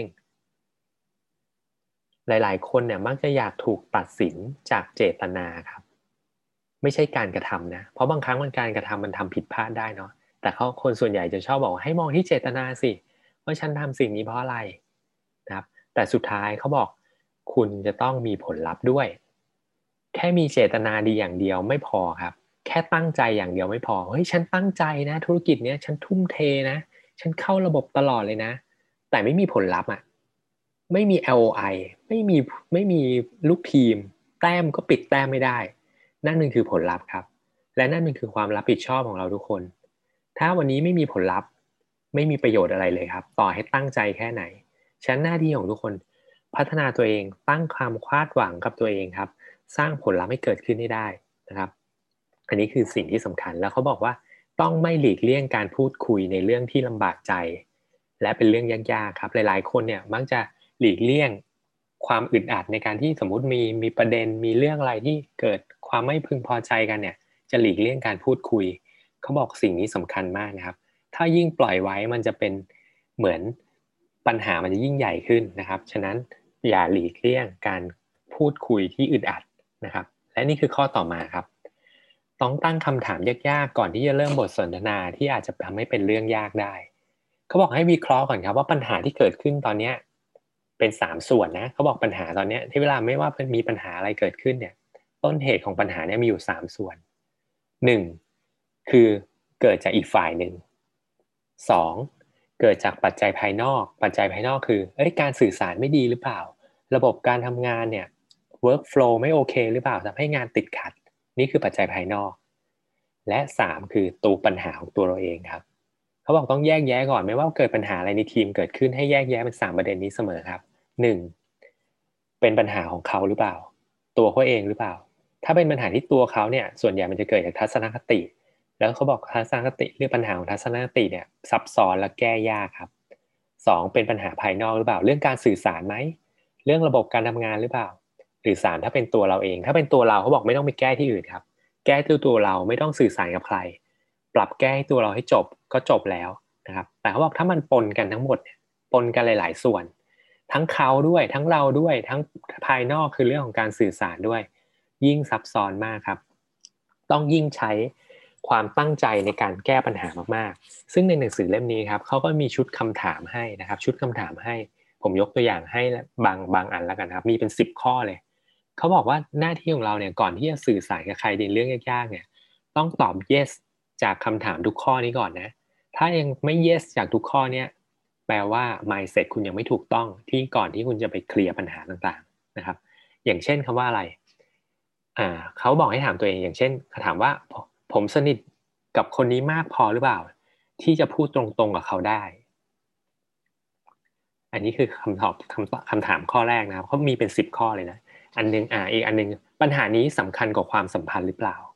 หลายๆคนเนี่ยมักจะอยากถูกตัดสินจากเจตนาครับไม่ใช่การกระทำนะเพราะบางครั้งมันการกระทำมันทำผิดพลาดได้เนาะแต่เขาคนส่วนใหญ่จะชอบบอกว่าให้มองที่เจตนาสิว่าฉันทำสิ่งนี้เพราะอะไรนะครับแต่สุดท้ายเขาบอกคุณจะต้องมีผลลัพธ์ด้วยแค่มีเจตนาดีอย่างเดียวไม่พอครับแค่ตั้งใจอย่างเดียวไม่พอเฮ้ยฉันตั้งใจนะธุรกิจเนี้ยฉันทุ่มเทนะฉันเข้าระบบตลอดเลยนะแต่ไม่มีผลลัพธ์อ่ะไม่มี แอล โอ ไอ ไม่มีไม่มีลูกทีมแต้มก็ปิดแต้มไม่ได้นั่นมันคือผลลัพธ์ครับและนั่นมันคือความรับผิดชอบของเราทุกคนถ้าวันนี้ไม่มีผลลัพธ์ไม่มีประโยชน์อะไรเลยครับต่อให้ตั้งใจแค่ไหนฉะนั้นหน้าที่ของทุกคนพัฒนาตัวเองตั้งความคาดหวังกับตัวเองครับสร้างผลลัพธ์ให้เกิดขึ้นให้ได้นะครับอันนี้คือสิ่งที่สำคัญแล้วเขาบอกว่าต้องไม่หลีกเลี่ยงการพูดคุยในเรื่องที่ลำบากใจและเป็นเรื่องยากๆครับหลายๆคนเนี่ยมักจะหลีกเลี่ยงความอึดอัดในการที่สมมุติมีมีประเด็นมีเรื่องอะไรที่เกิดความไม่พึงพอใจกันเนี่ยจะหลีกเลี่ยงการพูดคุยเขาบอกสิ่งนี้สำคัญมากนะครับถ้ายิ่งปล่อยไว้มันจะเป็นเหมือนปัญหามันจะยิ่งใหญ่ขึ้นนะครับฉะนั้นอย่าหลีกเลี่ยงการพูดคุยที่อึดอัดนะครับและนี่คือข้อต่อมาครับต้องตั้งคำถามยากๆก่อนที่จะเริ่มบทสนทนาที่อาจจะทำให้เป็นเรื่องยากได้เขาบอกให้วิเคราะห์ก่อนครับว่าปัญหาที่เกิดขึ้นตอนนี้เป็นสามส่วนนะเขาบอกปัญหาตอนนี้ที่เวลาไม่ว่ามีปัญหาอะไรเกิดขึ้นเนี่ยต้นเหตุของปัญหาเนี่ยมีอยู่สามส่วนหนึ่งคือเกิดจากอีกฝ่ายหนึ่งสองเกิดจากปัจจัยภายนอกปัจจัยภายนอกคือเอ้ยการสื่อสารไม่ดีหรือเปล่าระบบการทำงานเนี่ย workflow ไม่โอเคหรือเปล่าทำให้งานติดขัดนี่คือปัจจัยภายนอกและสามคือตัวปัญหาของตัวเราเองครับเขาบอกต้องแยกแยะก่อนไม่ว่าเกิดปัญหาอะไรในทีมเกิดขึ้นให้แยกแยะเป็นสามประเด็นนี้เสมอครับหนึ่งเป็นปัญหาของเขาหรือเปล่าตัวเขาเองหรือเปล่าถ้าเป็นปัญหาที่ตัวเขาเนี่ยส่วนใหญ่มันจะเกิดจากทัศนคติแล้วเขาบอกทัศนคติเรื่องปัญหาของทัศนคติเนี่ยซับซ้อนและแก้ยากครับสองเป็นปัญหาภายนอกหรือเปล่าเรื่องการสื่อสารไหมเรื่องระบบการทำงานหรือเปล่าหรือสามถ้าเป็นตัวเราเองถ้าเป็นตัวเราเขาบอกไม่ต้องไปแก้ที่อื่นครับแก้ที่ตัวเราไม่ต้องสื่อสารกับใครปรับแก้ให้ตัวเราให้จบก็จบแล้วนะครับแต่เขาบอกถ้ามันปนกันทั้งหมดปนกันหลายๆส่วนทั้งเขาด้วยทั้งเราด้วยทั้งภายนอกคือเรื่องของการสื่อสารด้วยยิ่งซับซ้อนมากครับต้องยิ่งใช้ความตั้งใจในการแก้ปัญหามากๆซึ่งในหนังสือเล่มนี้ครับเขาก็มีชุดคำถามให้นะครับชุดคำถามให้ผมยกตัวอย่างให้บางบางอันแล้วกันครับมีเป็นสิบข้อเลยเขาบอกว่าหน้าที่ของเราเนี่ยก่อนที่จะสื่อสารกับใครในเรื่องยากๆเนี่ยต้องตอบ yes จากคำถามทุกข้อนี้ก่อนนะถ้ายังไม่ yes จากทุกข้อเนี่ยแปลว่า mindset คุณยังไม่ถูกต้องที่ก่อนที่คุณจะไปเคลียร์ปัญหาต่างๆนะครับอย่างเช่นคำว่าอะไรอ่าเขาบอกให้ถามตัวเองอย่างเช่นเขาถามว่าผมสนิทกับคนนี้มากพอหรือเปล่าที่จะพูดตรงๆกับเขาได้อันนี้คือคำตอบคำคำถามข้อแรกนะครับเขามีเป็นสิบข้อเลยนะอันนึงอ่าอีกอันนึงปัญหานี้สำคัญกว่าความสัมพันธ์หรือเปล่า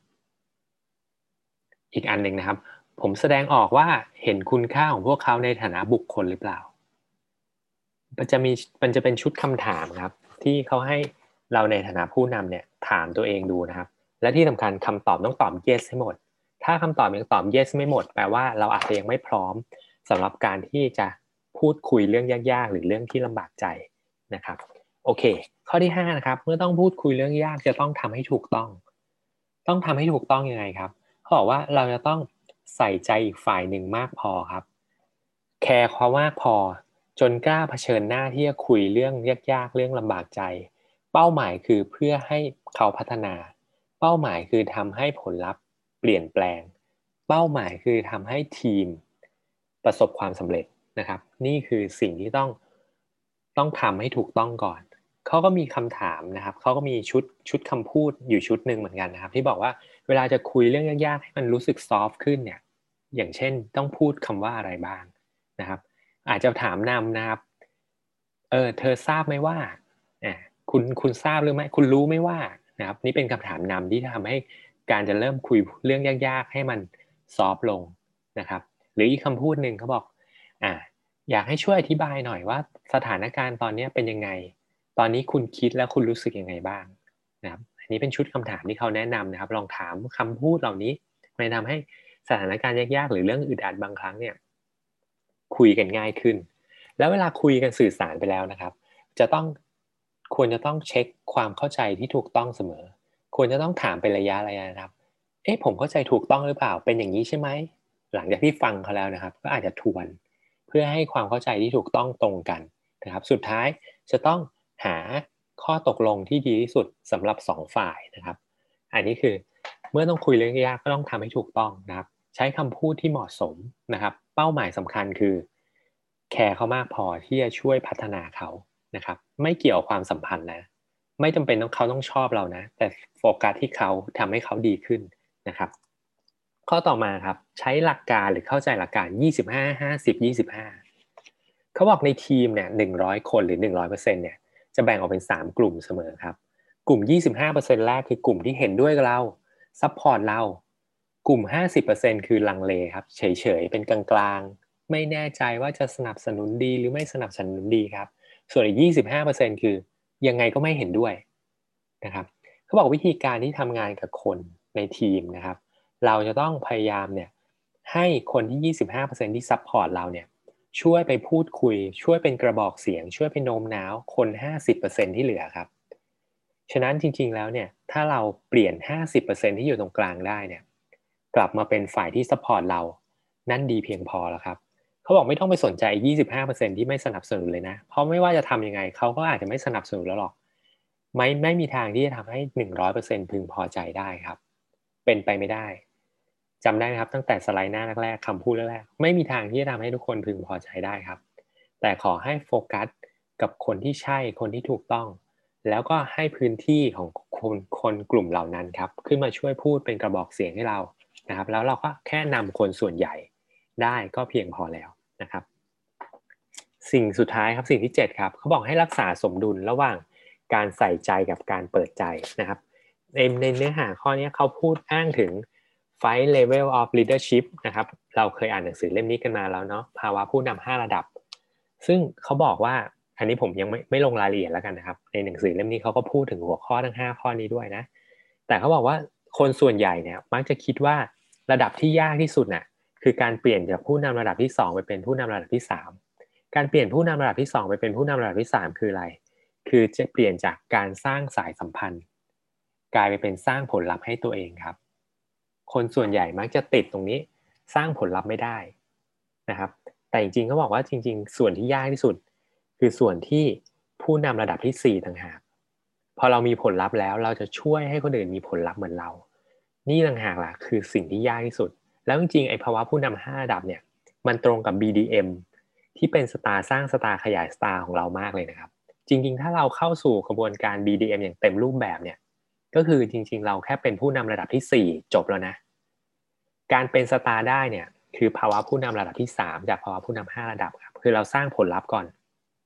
อีกอันหนึ่งนะครับผมแสดงออกว่าเห็นคุณค่าของพวกเขาในฐานะบุคคลหรือเปล่ามันจะมีมันจะเป็นชุดคำถามครับที่เขาให้เราในฐานะผู้นำเนี่ยถามตัวเองดูนะครับและที่สำคัญคำตอบต้องตอบ yes ให้หมดถ้าคำตอบยังตอบ yes ไม่หมดแปลว่าเราอาจจะยังไม่พร้อมสำหรับการที่จะพูดคุยเรื่องยากๆหรือเรื่องที่ลำบากใจนะครับโอเคข้อที่ห้านะครับเมื่อต้องพูดคุยเรื่องยากจะต้องทำให้ถูกต้องต้องทำให้ถูกต้องยังไงครับเขาบอกว่าเราจะต้องใส่ใจอีกฝ่ายหนึ่งมากพอครับแคร์เขามากพอจนกล้าเผชิญหน้าที่จะคุยเรื่องยากๆเรื่องลำบากใจเป้าหมายคือเพื่อให้เขาพัฒนาเป้าหมายคือทำให้ผลลัพธ์เปลี่ยนแปลงเป้าหมายคือทำให้ทีมประสบความสำเร็จนะครับนี่คือสิ่งที่ต้องต้องทำให้ถูกต้องก่อนเขาก็มีคำถามนะครับเขาก็มีชุดชุดคำพูดอยู่ชุดหนึ่งเหมือนกันนะครับที่บอกว่าเวลาจะคุยเรื่องยากๆให้มันรู้สึกซอฟต์ขึ้นเนี่ยอย่างเช่นต้องพูดคำว่าอะไรบ้างนะครับอาจจะถามนำนะครับเออเธอทราบไหมว่าอ่าคุณคุณทราบหรือไม่คุณรู้ไหมว่านะครับนี่เป็นคำถามนำที่ทำให้การจะเริ่มคุยเรื่องยากๆให้มันซอฟต์ลงนะครับหรืออีกคำพูดหนึ่งเขาบอกอ่าอยากให้ช่วยอธิบายหน่อยว่าสถานการณ์ตอนนี้เป็นยังไงตอนนี้คุณคิดและคุณรู้สึกยังไงบ้างนะครับอันนี้เป็นชุดคำถามที่เขาแนะนำนะครับลองถามคำพูดเหล่านี้มันทำให้สถานการณ์ยากๆหรือเรื่องอึดอัดบางครั้งเนี่ยคุยกันง่ายขึ้นแล้วเวลาคุยกันสื่อสารไปแล้วนะครับจะต้องควรจะต้องเช็คความเข้าใจที่ถูกต้องเสมอควรจะต้องถามเป็นระยะระยะนะครับเอ๊ะผมเข้าใจถูกต้องหรือเปล่าเป็นอย่างนี้ใช่ไหมหลังจากที่ฟังเขาแล้วนะครับก็อาจจะทวนเพื่อให้ความเข้าใจที่ถูกต้องตรงกันนะครับสุดท้ายจะต้องหาข้อตกลงที่ดีที่สุดสำหรับสองฝ่ายนะครับอันนี้คือเมื่อต้องคุยเรื่องยากก็ต้องทำให้ถูกต้องนะครับใช้คำพูดที่เหมาะสมนะครับเป้าหมายสำคัญคือแคร์เขามากพอที่จะช่วยพัฒนาเขานะครับไม่เกี่ยวความสัมพันธ์นะไม่จำเป็นต้องเขาต้องชอบเรานะแต่โฟกัสที่เขาทำให้เขาดีขึ้นนะครับข้อต่อมาครับใช้หลักการหรือเข้าใจหลักการยี่สิบห้า ห้าสิบ ยี่สิบห้าเขาบอกในทีมเนี่ยหนึ่งร้อยคนหรือหนึ่งร้อยเปอร์เซ็นต์เนี่ยจะแบ่งออกเป็นสามกลุ่มเสมอครับกลุ่ม ยี่สิบห้าเปอร์เซ็นต์ แรกคือกลุ่มที่เห็นด้วยกับเราซัพพอร์ตเรากลุ่ม ห้าสิบเปอร์เซ็นต์ คือลังเลครับเฉยๆเป็นกลางๆไม่แน่ใจว่าจะสนับสนุนดีหรือไม่สนับสนุนดีครับส่วนอีก ยี่สิบห้าเปอร์เซ็นต์ คือยังไงก็ไม่เห็นด้วยนะครับเขาบอกวิธีการที่ทำงานกับคนในทีมนะครับเราจะต้องพยายามเนี่ยให้คนที่ ยี่สิบห้าเปอร์เซ็นต์ ที่ซัพพอร์ตเราเนี่ยช่วยไปพูดคุยช่วยเป็นกระบอกเสียงช่วยไปโน้มน้าวคน ห้าสิบเปอร์เซ็นต์ ที่เหลือครับฉะนั้นจริงๆแล้วเนี่ยถ้าเราเปลี่ยน ห้าสิบเปอร์เซ็นต์ ที่อยู่ตรงกลางได้เนี่ยกลับมาเป็นฝ่ายที่ซัพพอร์ตเรานั่นดีเพียงพอแล้วครับเขาบอกไม่ต้องไปสนใจ ยี่สิบห้าเปอร์เซ็นต์ ที่ไม่สนับสนุนเลยนะเพราะไม่ว่าจะทำยังไงเขาก็อาจจะไม่สนับสนุนแล้วหรอกไม่ไม่มีทางที่จะทำให้ หนึ่งร้อยเปอร์เซ็นต์ พึงพอใจได้ครับเป็นไปไม่ได้จำได้ไหมครับตั้งแต่สไลด์หน้าแรกๆคำพูดแรกๆไม่มีทางที่จะทำให้ทุกคนพึงพอใจได้ครับแต่ขอให้โฟกัสกับคนที่ใช่คนที่ถูกต้องแล้วก็ให้พื้นที่ของคนคนกลุ่มเหล่านั้นครับขึ้นมาช่วยพูดเป็นกระบอกเสียงให้เรานะครับแล้วเราก็แค่นำคนส่วนใหญ่ได้ก็เพียงพอแล้วนะครับสิ่งสุดท้ายครับสิ่งที่เจ็ดครับเขาบอกให้รักษาสมดุลระหว่างการใส่ใจกับการเปิดใจนะครับในในเนื้อหาข้อนี้เขาพูดอ้างถึง Five Level of Leadership นะครับเราเคยอ่านหนังสือเล่มนี้กันมาแล้วเนาะภาวะผู้นำห้าระดับซึ่งเขาบอกว่าอันนี้ผมยังไม่ไม่ลงรายละเอียดแล้วกันนะครับในหนังสือเล่มนี้เขาก็พูดถึงหัวข้อทั้งห้าข้อนี้ด้วยนะแต่เขาบอกว่าคนส่วนใหญ่เนี่ยมักจะคิดว่าระดับที่ยากที่สุดน่ะคือการเปลี่ยนจากผู้นำระดับที่สองไปเป็นผู้นำระดับที่สามการเปลี่ยนผู้นำระดับที่สองไปเป็นผู้นำระดับที่สามคืออะไรคือจะเปลี่ยนจากการสร้างสายสัมพันธ์กลายไปเป็นสร้างผลลัพธ์ให้ตัวเองครับคนส่วนใหญ่มักจะติดตรงนี้สร้างผลลัพธ์ไม่ได้นะครับแต่จริงๆเขาบอกว่าจริงๆส่วนที่ยากที่สุดคือส่วนที่ผู้นำระดับที่สี่ต่างหากพอเรามีผลลัพธ์แล้วเราจะช่วยให้คนอื่นมีผลลัพธ์เหมือนเรานี่ต่างหากล่ะคือสิ่งที่ยากที่สุดแล้วจริงๆไอ้ภาวะผู้นำห้าระดับเนี่ยมันตรงกับ บี ดี เอ็ม ที่เป็นสตาร์สร้างสตาร์ขยายสตาร์ของเรามากเลยนะครับจริงๆถ้าเราเข้าสู่กระบวนการ บี ดี เอ็ม อย่างเต็มรูปแบบเนี่ยก็คือจริงๆเราแค่เป็นผู้นำระดับที่สี่จบแล้วนะการเป็นสตาร์ได้เนี่ยคือภาวะผู้นำระดับที่สามจากภาวะผู้นำห้าระดับครับคือเราสร้างผลลัพธ์ก่อน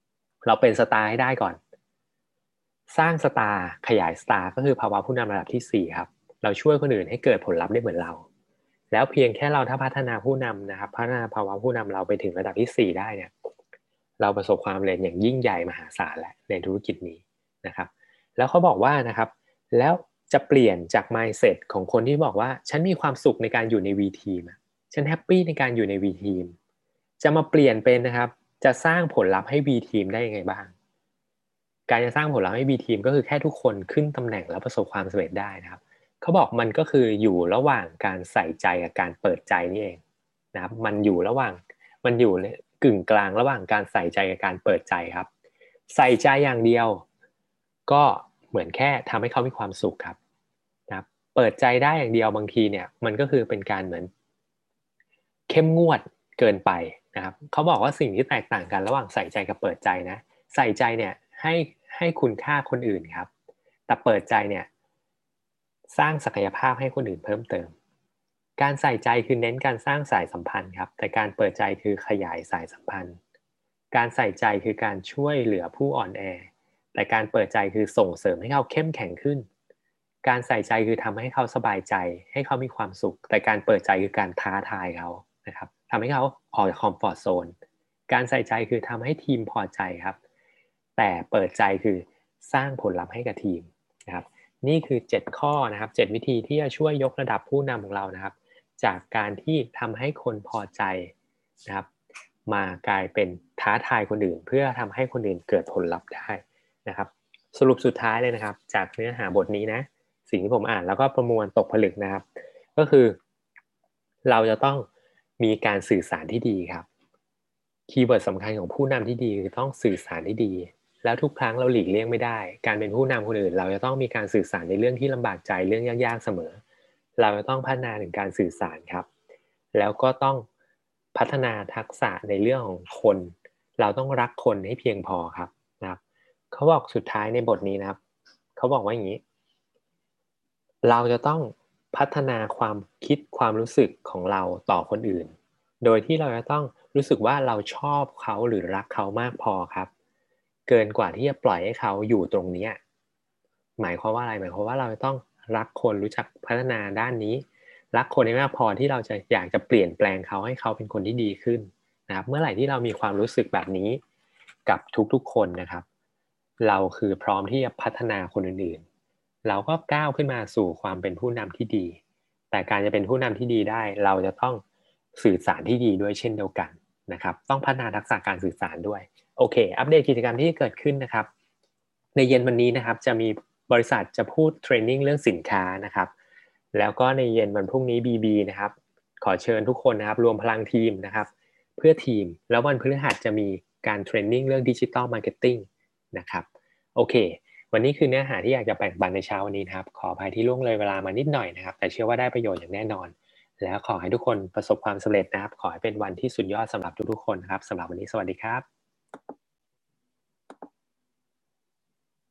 เราเป็นสตาร์ให้ได้ก่อนสร้างสตาร์ขยายสตาร์ก็คือภาวะผู้นำระดับที่สี่ครับเราช่วยคนอื่นให้เกิดผลลัพธ์ได้เหมือนเราแล้วเพียงแค่เราถ้าพัฒนาผู้นำนะครับพัฒนาภาวะผู้นำเราไปถึงระดับที่สี่ได้เนี่ยเราประสบความสำเร็จอย่างยิ่งใหญ่มหาศาลแล้วในธุรกิจนี้นะครับแล้วเขาบอกว่านะครับแล้วจะเปลี่ยนจาก mindset ของคนที่บอกว่าฉันมีความสุขในการอยู่ใน V team ฉันแฮปปี้ในการอยู่ใน V team จะมาเปลี่ยนเป็นนะครับจะสร้างผลลัพธ์ให้ V team ได้ยังไงบ้างการจะสร้างผลลัพธ์ให้ V team ก็คือแค่ทุกคนขึ้นตำแหน่งแล้วประสบความสำเร็จได้นะครับเขาบอกมันก็คืออยู่ระหว่างการใส่ใจกับการเปิดใจนี่เองนะครับมันอยู่ระหว่างมันอยู่กึ่งกลางระหว่างการใส่ใจกับการเปิดใจครับใส่ใจอย่างเดียวก็เหมือนแค่ทำให้เขามีความสุขครับนะครับเปิดใจได้อย่างเดียวบางทีเนี่ยมันก็คือเป็นการเหมือนเข้มงวดเกินไปนะครับเขาบอกว่าสิ่งที่แตกต่างกันระหว่างใส่ใจกับเปิดใจนะใส่ใจเนี่ยให้ให้คุณค่าคนอื่นครับแต่เปิดใจเนี่ยสร้างศักยภาพให้คนอื่นเพิ่มเติมการใส่ใจคือเน้นการสร้างสายสัมพันธ์ครับแต่การเปิดใจคือขยายสายสัมพันธ์การใส่ใจคือการช่วยเหลือผู้อ่อนแอแต่การเปิดใจคือส่งเสริมให้เขาเข้มแข็งขึ้นการใส่ใจคือทำให้เขาสบายใจให้เขามีความสุขแต่การเปิดใจคือการท้าทายเขานะครับทำให้เขาออกจากคอมฟอร์ทโซนการใส่ใจคือทำให้ทีมพอใจครับแต่เปิดใจคือสร้างผลลัพธ์ให้กับทีมนะครับนี่คือเจ็ดข้อนะครับเจ็ดวิธีที่จะช่วยยกระดับผู้นำของเรานะครับจากการที่ทำให้คนพอใจนะครับมากลายเป็นท้าทายคนอื่นเพื่อทำให้คนอื่นเกิดผลลัพธ์ได้นะครับสรุปสุดท้ายเลยนะครับจากเนื้อหาบทนี้นะสิ่งที่ผมอ่านแล้วก็ประมวลตกผลึกนะครับก็คือเราจะต้องมีการสื่อสารที่ดีครับคีย์เวิร์ดสำคัญของผู้นำที่ดีคือต้องสื่อสารที่ดีแล้วทุกครั้งเราหลีกเลี่ยงไม่ได้การเป็นผู้นำคนอื่นเราจะต้องมีการสื่อสารในเรื่องที่ลำบากใจเรื่องยากๆเสมอเราจะต้องพัฒนาถึงการสื่อสารครับแล้วก็ต้องพัฒนาทักษะในเรื่องของคนเราต้องรักคนให้เพียงพอครับนะครับเขาบอกสุดท้ายในบทนี้นะครับเขาบอกว่าอย่างนี้ เราจะต้องพัฒนาความคิดความรู้สึกของเราต่อคนอื่น โดยที่เราจะต้องรู้สึกว่าเราชอบเขาหรือรักเขามากพอครับ เกินกว่าที่จะปล่อยให้เขาอยู่ตรงนี้หมายความว่าอะไรหมายความว่าเราจะต้องรักคนรู้จักพัฒนาด้านนี้รักคนให้มากพอที่เราจะอยากจะเปลี่ยนแปลงเขาให้เขาเป็นคนที่ดีขึ้นนะครับเมื่อไหร่ที่เรามีความรู้สึกแบบนี้กับทุกๆคนนะครับเราคือพร้อมที่จะพัฒนาคนอื่นๆเราก็ก้าวขึ้นมาสู่ความเป็นผู้นำที่ดีแต่การจะเป็นผู้นำที่ดีได้เราจะต้องสื่อสารที่ดีด้วยเช่นเดียวกันนะครับต้องพัฒนาทักษะการสื่อสารด้วยโอเคอัปเดตกิจกรรมที่เกิดขึ้นนะครับในเย็นวันนี้นะครับจะมีบริษัทจะพูดเทรนนิ่งเรื่องสินค้านะครับแล้วก็ในเย็นวันพรุ่งนี้ บี บี นะครับขอเชิญทุกคนนะครับรวมพลังทีมนะครับเพื่อทีมแล้ววันพฤหัสจะมีการเทรนนิ่งเรื่องดิจิทัลมาร์เก็ตติ้งนะครับโอเควันนี้คือเนื้อหาที่อยากจะแบ่งปันในเช้าวันนี้นะครับขออภัยที่ล่วงเลยเวลามานิดหน่อยนะครับแต่เชื่อว่าได้ประโยชน์อย่างแน่นอนแล้วขอให้ทุกคนประสบความสำเร็จนะครับขอให้เป็นวันที่สุดยอดสำหรับทุกๆคนนะครับสำหรับวันนี้สวัสดีครับ